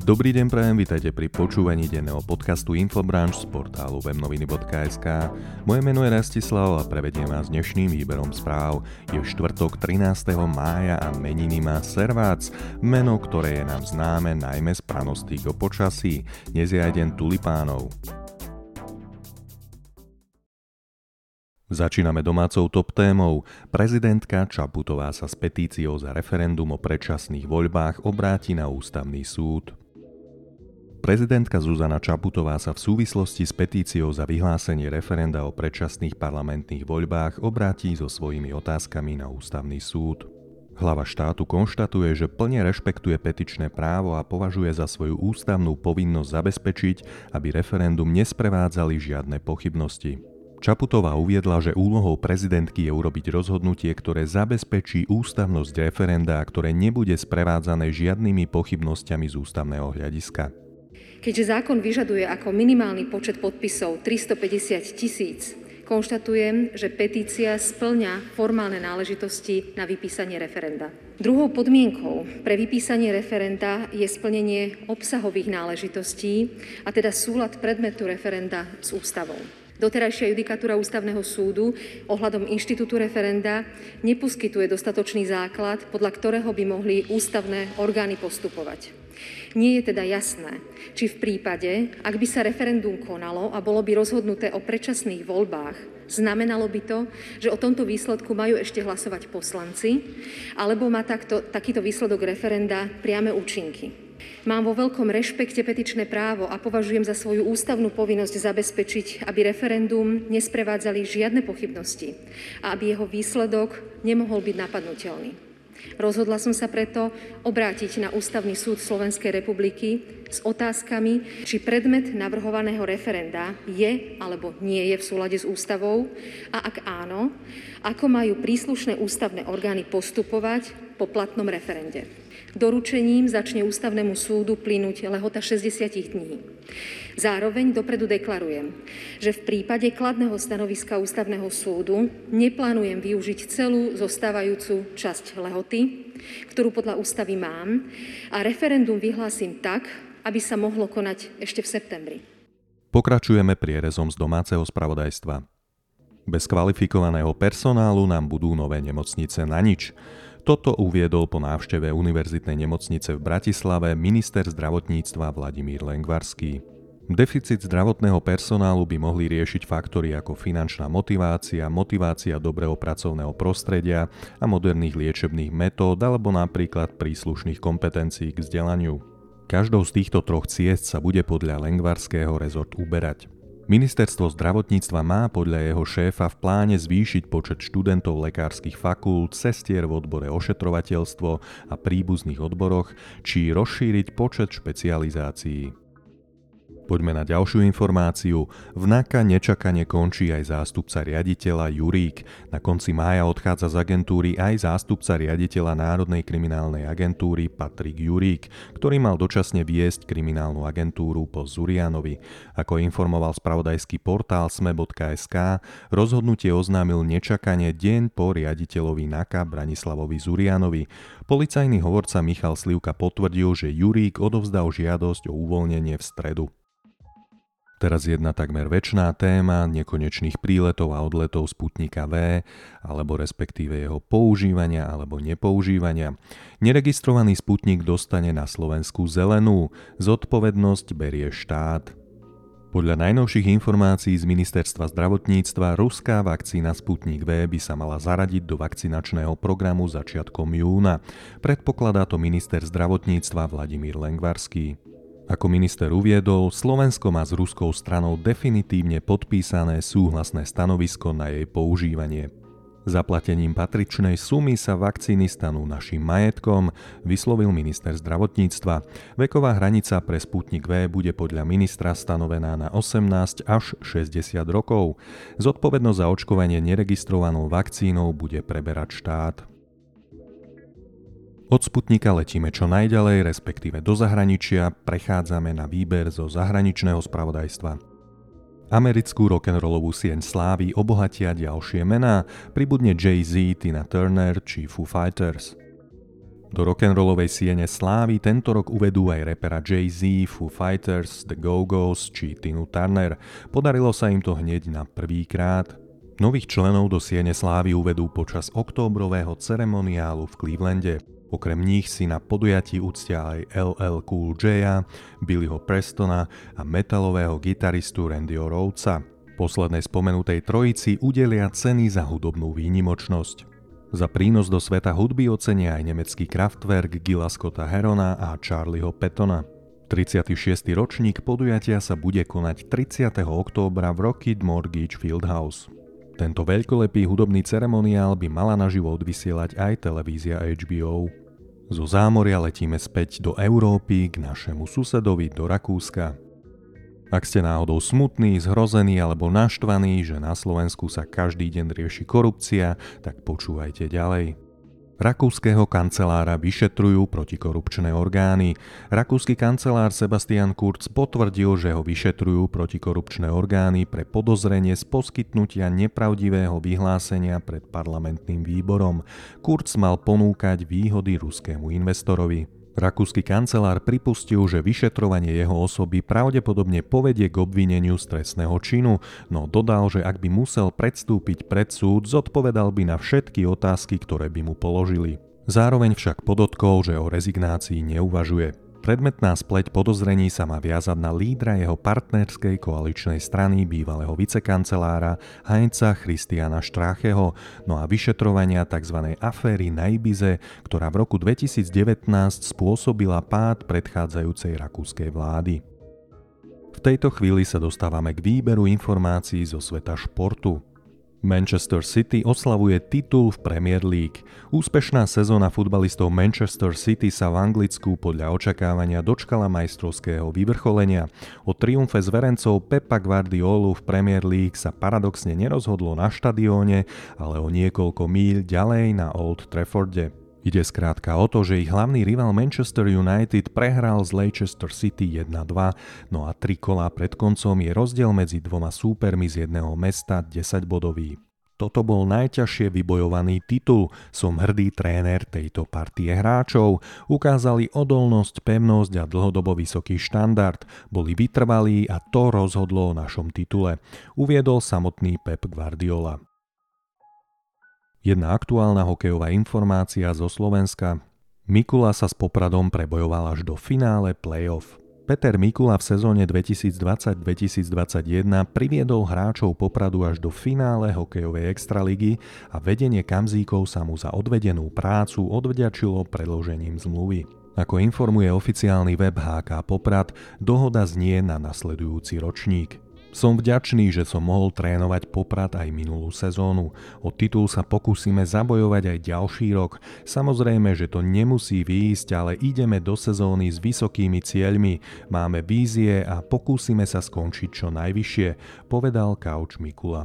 Dobrý deň prajem, vítajte pri počúvaní denného podcastu Infobranch z portálu webnoviny.sk. Moje meno je Rastislav a prevediem vás dnešným výberom správ. Je štvrtok 13. mája a meniny má Servác, meno, ktoré je nám známe najmä z pranostík o počasí. Dnes je aj deň tulipánov. Začíname domácou top témou. Prezidentka Čaputová sa s petíciou za referendum o predčasných voľbách obráti na ústavný súd. Prezidentka Zuzana Čaputová sa v súvislosti s petíciou za vyhlásenie referenda o predčasných parlamentných voľbách obráti so svojimi otázkami na ústavný súd. Hlava štátu konštatuje, že plne rešpektuje petičné právo a považuje za svoju ústavnú povinnosť zabezpečiť, aby referendum nesprevádzali žiadne pochybnosti. Čaputová uviedla, že úlohou prezidentky je urobiť rozhodnutie, ktoré zabezpečí ústavnosť referenda a ktoré nebude sprevádzané žiadnymi pochybnosťami z ústavného hľadiska. Keďže zákon vyžaduje ako minimálny počet podpisov 350 000, konštatujem, že petícia spĺňa formálne náležitosti na vypísanie referenda. Druhou podmienkou pre vypísanie referenda je splnenie obsahových náležitostí, a teda súlad predmetu referenda s ústavou. Doterajšia judikatúra Ústavného súdu ohľadom inštitútu referenda neposkytuje dostatočný základ, podľa ktorého by mohli ústavné orgány postupovať. Nie je teda jasné, či v prípade, ak by sa referendum konalo a bolo by rozhodnuté o predčasných voľbách, znamenalo by to, že o tomto výsledku majú ešte hlasovať poslanci, alebo má takýto výsledok referenda priame účinky. Mám vo veľkom rešpekte petičné právo a považujem za svoju ústavnú povinnosť zabezpečiť, aby referendum nesprevádzali žiadne pochybnosti a aby jeho výsledok nemohol byť napadnuteľný. Rozhodla som sa preto obrátiť na Ústavný súd Slovenskej republiky s otázkami, či predmet navrhovaného referenda je alebo nie je v súlade s ústavou a ak áno, ako majú príslušné ústavné orgány postupovať po platnom referende. Doručením začne Ústavnému súdu plynúť lehota 60 dní. Zároveň dopredu deklarujem, že v prípade kladného stanoviska Ústavného súdu neplánujem využiť celú zostávajúcu časť lehoty, ktorú podľa ústavy mám, a referendum vyhlásim tak, aby sa mohlo konať ešte v septembri. Pokračujeme prierezom z domáceho spravodajstva. Bez kvalifikovaného personálu nám budú nové nemocnice na nič. Toto uviedol po návšteve Univerzitnej nemocnice v Bratislave minister zdravotníctva Vladimír Lengvarský. Deficit zdravotného personálu by mohli riešiť faktory ako finančná motivácia dobrého pracovného prostredia a moderných liečebných metód alebo napríklad príslušných kompetencií k vzdelaniu. Každou z týchto troch ciest sa bude podľa Lengvarského rezort uberať. Ministerstvo zdravotníctva má podľa jeho šéfa v pláne zvýšiť počet študentov lekárskych fakult, sestier v odbore ošetrovateľstvo a príbuzných odboroch, či rozšíriť počet špecializácií. Poďme na ďalšiu informáciu. V NAKA nečakane končí aj zástupca riaditeľa Jurík. Na konci mája odchádza z agentúry aj zástupca riaditeľa Národnej kriminálnej agentúry Patrik Jurík, ktorý mal dočasne viesť kriminálnu agentúru po Zurianovi. Ako informoval spravodajský portál sme.sk, rozhodnutie oznámil nečakane deň po riaditeľovi NAKA Branislavovi Zurianovi. Policajný hovorca Michal Slivka potvrdil, že Jurík odovzdal žiadosť o uvoľnenie v stredu. Teraz jedna takmer večná téma nekonečných príletov a odletov Sputnika V, alebo respektíve jeho používania alebo nepoužívania. Neregistrovaný Sputnik dostane na Slovensku zelenú, zodpovednosť berie štát. Podľa najnovších informácií z Ministerstva zdravotníctva ruská vakcína Sputnik V by sa mala zaradiť do vakcinačného programu začiatkom júna. Predpokladá to minister zdravotníctva Vladimír Lengvarský. Ako minister uviedol, Slovensko má s ruskou stranou definitívne podpísané súhlasné stanovisko na jej používanie. Zaplatením patričnej sumy sa vakcíny stanú našim majetkom, vyslovil minister zdravotníctva. Veková hranica pre Sputnik V bude podľa ministra stanovená na 18 až 60 rokov. Zodpovednosť za očkovanie neregistrovanou vakcínou bude preberať štát. Od Sputnika letíme čo najďalej, respektíve do zahraničia, prechádzame na výber zo zahraničného spravodajstva. Americkú rock'n'rollovú sieň slávy obohatia ďalšie mená, pribudne Jay-Z, Tina Turner či Foo Fighters. Do rock'n'rollovej siene slávy tento rok uvedú aj rapera Jay-Z, Foo Fighters, The Go-Go's či Tinu Turner. Podarilo sa im to hneď na prvýkrát. Nových členov do siene slávy uvedú počas októbrového ceremoniálu v Clevelande. Okrem nich si na podujatí uctia aj LL Cool J, Billyho Prestona a metalového gitaristu Randyho Rhodesa. Poslednej spomenutej trojici udelia ceny za hudobnú výnimočnosť. Za prínos do sveta hudby ocenia aj nemecký Kraftwerk, Gilla Scotta Herona a Charlieho Pettona. 36. ročník podujatia sa bude konať 30. októbra v Rocket Mortgage Fieldhouse. Tento veľkolepý hudobný ceremoniál by mala naživo odvysielať aj televízia HBO. Zo zámoria letíme späť do Európy k našemu susedovi do Rakúska. Ak ste náhodou smutní, zhrození alebo naštvaní, že na Slovensku sa každý deň rieši korupcia, tak počúvajte ďalej. Rakúskeho kancelára vyšetrujú protikorupčné orgány. Rakúsky kancelár Sebastian Kurz potvrdil, že ho vyšetrujú protikorupčné orgány pre podozrenie z poskytnutia nepravdivého vyhlásenia pred parlamentným výborom. Kurz mal ponúkať výhody ruskému investorovi. Rakúsky kancelár pripustil, že vyšetrovanie jeho osoby pravdepodobne povedie k obvineniu z trestného činu, no dodal, že ak by musel predstúpiť pred súd, zodpovedal by na všetky otázky, ktoré by mu položili. Zároveň však podotkol, že o rezignácii neuvažuje. Predmetná spleť podozrení sa má viazať na lídra jeho partnerskej koaličnej strany, bývalého vicekancelára Heinza Christiana Stracheho, no a vyšetrovania tzv. Aféry na Ibize, ktorá v roku 2019 spôsobila pád predchádzajúcej rakúskej vlády. V tejto chvíli sa dostávame k výberu informácií zo sveta športu. Manchester City oslavuje titul v Premier League. Úspešná sezóna futbalistov Manchester City sa v Anglicku podľa očakávania dočkala majstrovského vyvrcholenia. O triumfe zverencov Pepa Guardiolu v Premier League sa paradoxne nerozhodlo na štadióne, ale o niekoľko míľ ďalej na Old Trafforde. Ide skrátka o to, že ich hlavný rival Manchester United prehral z Leicester City 1-2, no a 3 kolá pred koncom je rozdiel medzi dvoma súpermi z jedného mesta 10-bodový. Toto bol najťažšie vybojovaný titul, som hrdý tréner tejto partie hráčov, ukázali odolnosť, pevnosť a dlhodobo vysoký štandard, boli vytrvalí a to rozhodlo o našom titule, uviedol samotný Pep Guardiola. Jedna aktuálna hokejová informácia zo Slovenska. Mikula sa s Popradom prebojoval až do finále play-off. Peter Mikula v sezóne 2020-2021 priviedol hráčov Popradu až do finále hokejovej extraligy a vedenie Kamzíkov sa mu za odvedenú prácu odvďačilo predĺžením zmluvy. Ako informuje oficiálny web HK Poprad, dohoda znie na nasledujúci ročník. Som vďačný, že som mohol trénovať Poprad aj minulú sezónu. O titul sa pokúsime zabojovať aj ďalší rok. Samozrejme, že to nemusí výjsť, ale ideme do sezóny s vysokými cieľmi. Máme vízie a pokúsime sa skončiť čo najvyššie, povedal Kauč Mikula.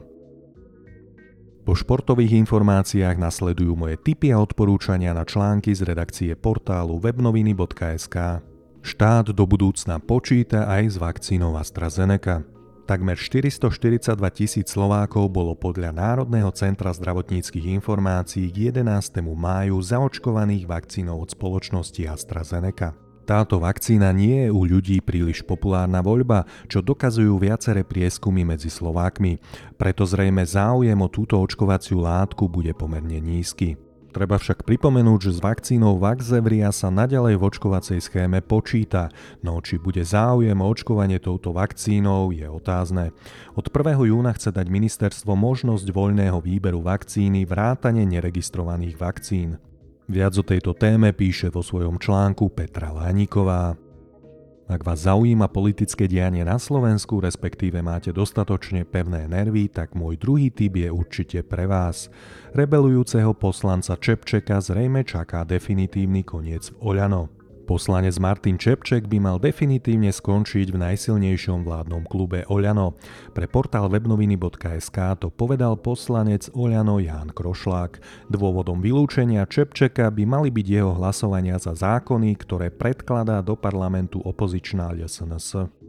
Po športových informáciách nasledujú moje tipy a odporúčania na články z redakcie portálu webnoviny.sk. Štát do budúcna počíta aj s vakcínou AstraZeneca. Takmer 442 000 Slovákov bolo podľa Národného centra zdravotníckych informácií k 11. máju zaočkovaných vakcínou od spoločnosti AstraZeneca. Táto vakcína nie je u ľudí príliš populárna voľba, čo dokazujú viaceré prieskumy medzi Slovákmi. Preto zrejme záujem o túto očkovaciu látku bude pomerne nízky. Treba však pripomenúť, že s vakcínou Vaxzevria sa naďalej v očkovacej schéme počíta, no či bude záujem o očkovanie touto vakcínou je otázne. Od 1. júna chce dať ministerstvo možnosť voľného výberu vakcíny vrátane neregistrovaných vakcín. Viac o tejto téme píše vo svojom článku Petra Lániková. Ak vás zaujíma politické dianie na Slovensku, respektíve máte dostatočne pevné nervy, tak môj druhý tip je určite pre vás. Rebelujúceho poslanca Čepčeka zrejme čaká definitívny koniec v Oľano. Poslanec Martin Čepček by mal definitívne skončiť v najsilnejšom vládnom klube Oľano. Pre portál webnoviny.sk to povedal poslanec Oľano Ján Krošlák. Dôvodom vylúčenia Čepčeka by mali byť jeho hlasovania za zákony, ktoré predkladá do parlamentu opozičná LSNS.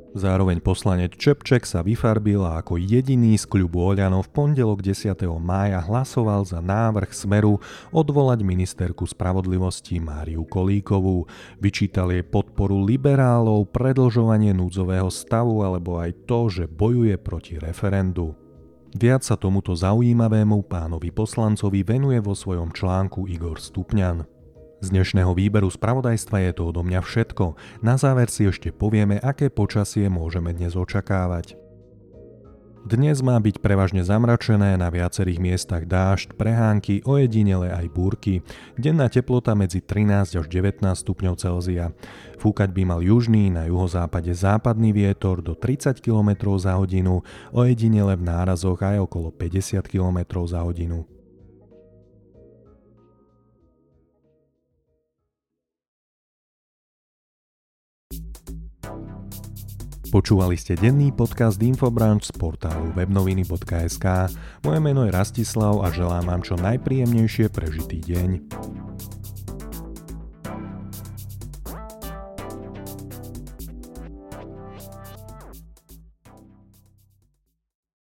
Zároveň poslanec Čepček sa vyfarbil a ako jediný z kľubu Oľano v pondelok 10. mája hlasoval za návrh Smeru odvolať ministerku spravodlivosti Máriu Kolíkovú. Vyčítal jej podporu liberálov, predĺžovanie núdzového stavu alebo aj to, že bojuje proti referendu. Viac sa tomuto zaujímavému pánovi poslancovi venuje vo svojom článku Igor Stupňan. Z dnešného výberu spravodajstva je to odo mňa všetko. Na záver si ešte povieme, aké počasie môžeme dnes očakávať. Dnes má byť prevažne zamračené, na viacerých miestach dážď, prehánky, ojedinele aj búrky. Denná teplota medzi 13 až 19 stupňov Celzia. Fúkať by mal južný, na juhozápade západný vietor do 30 km za hodinu, ojedinele v nárazoch aj okolo 50 km za hodinu. Počúvali ste denný podcast Infobranch z portálu webnoviny.sk. Moje meno je Rastislav a želám vám čo najpríjemnejšie prežitý deň.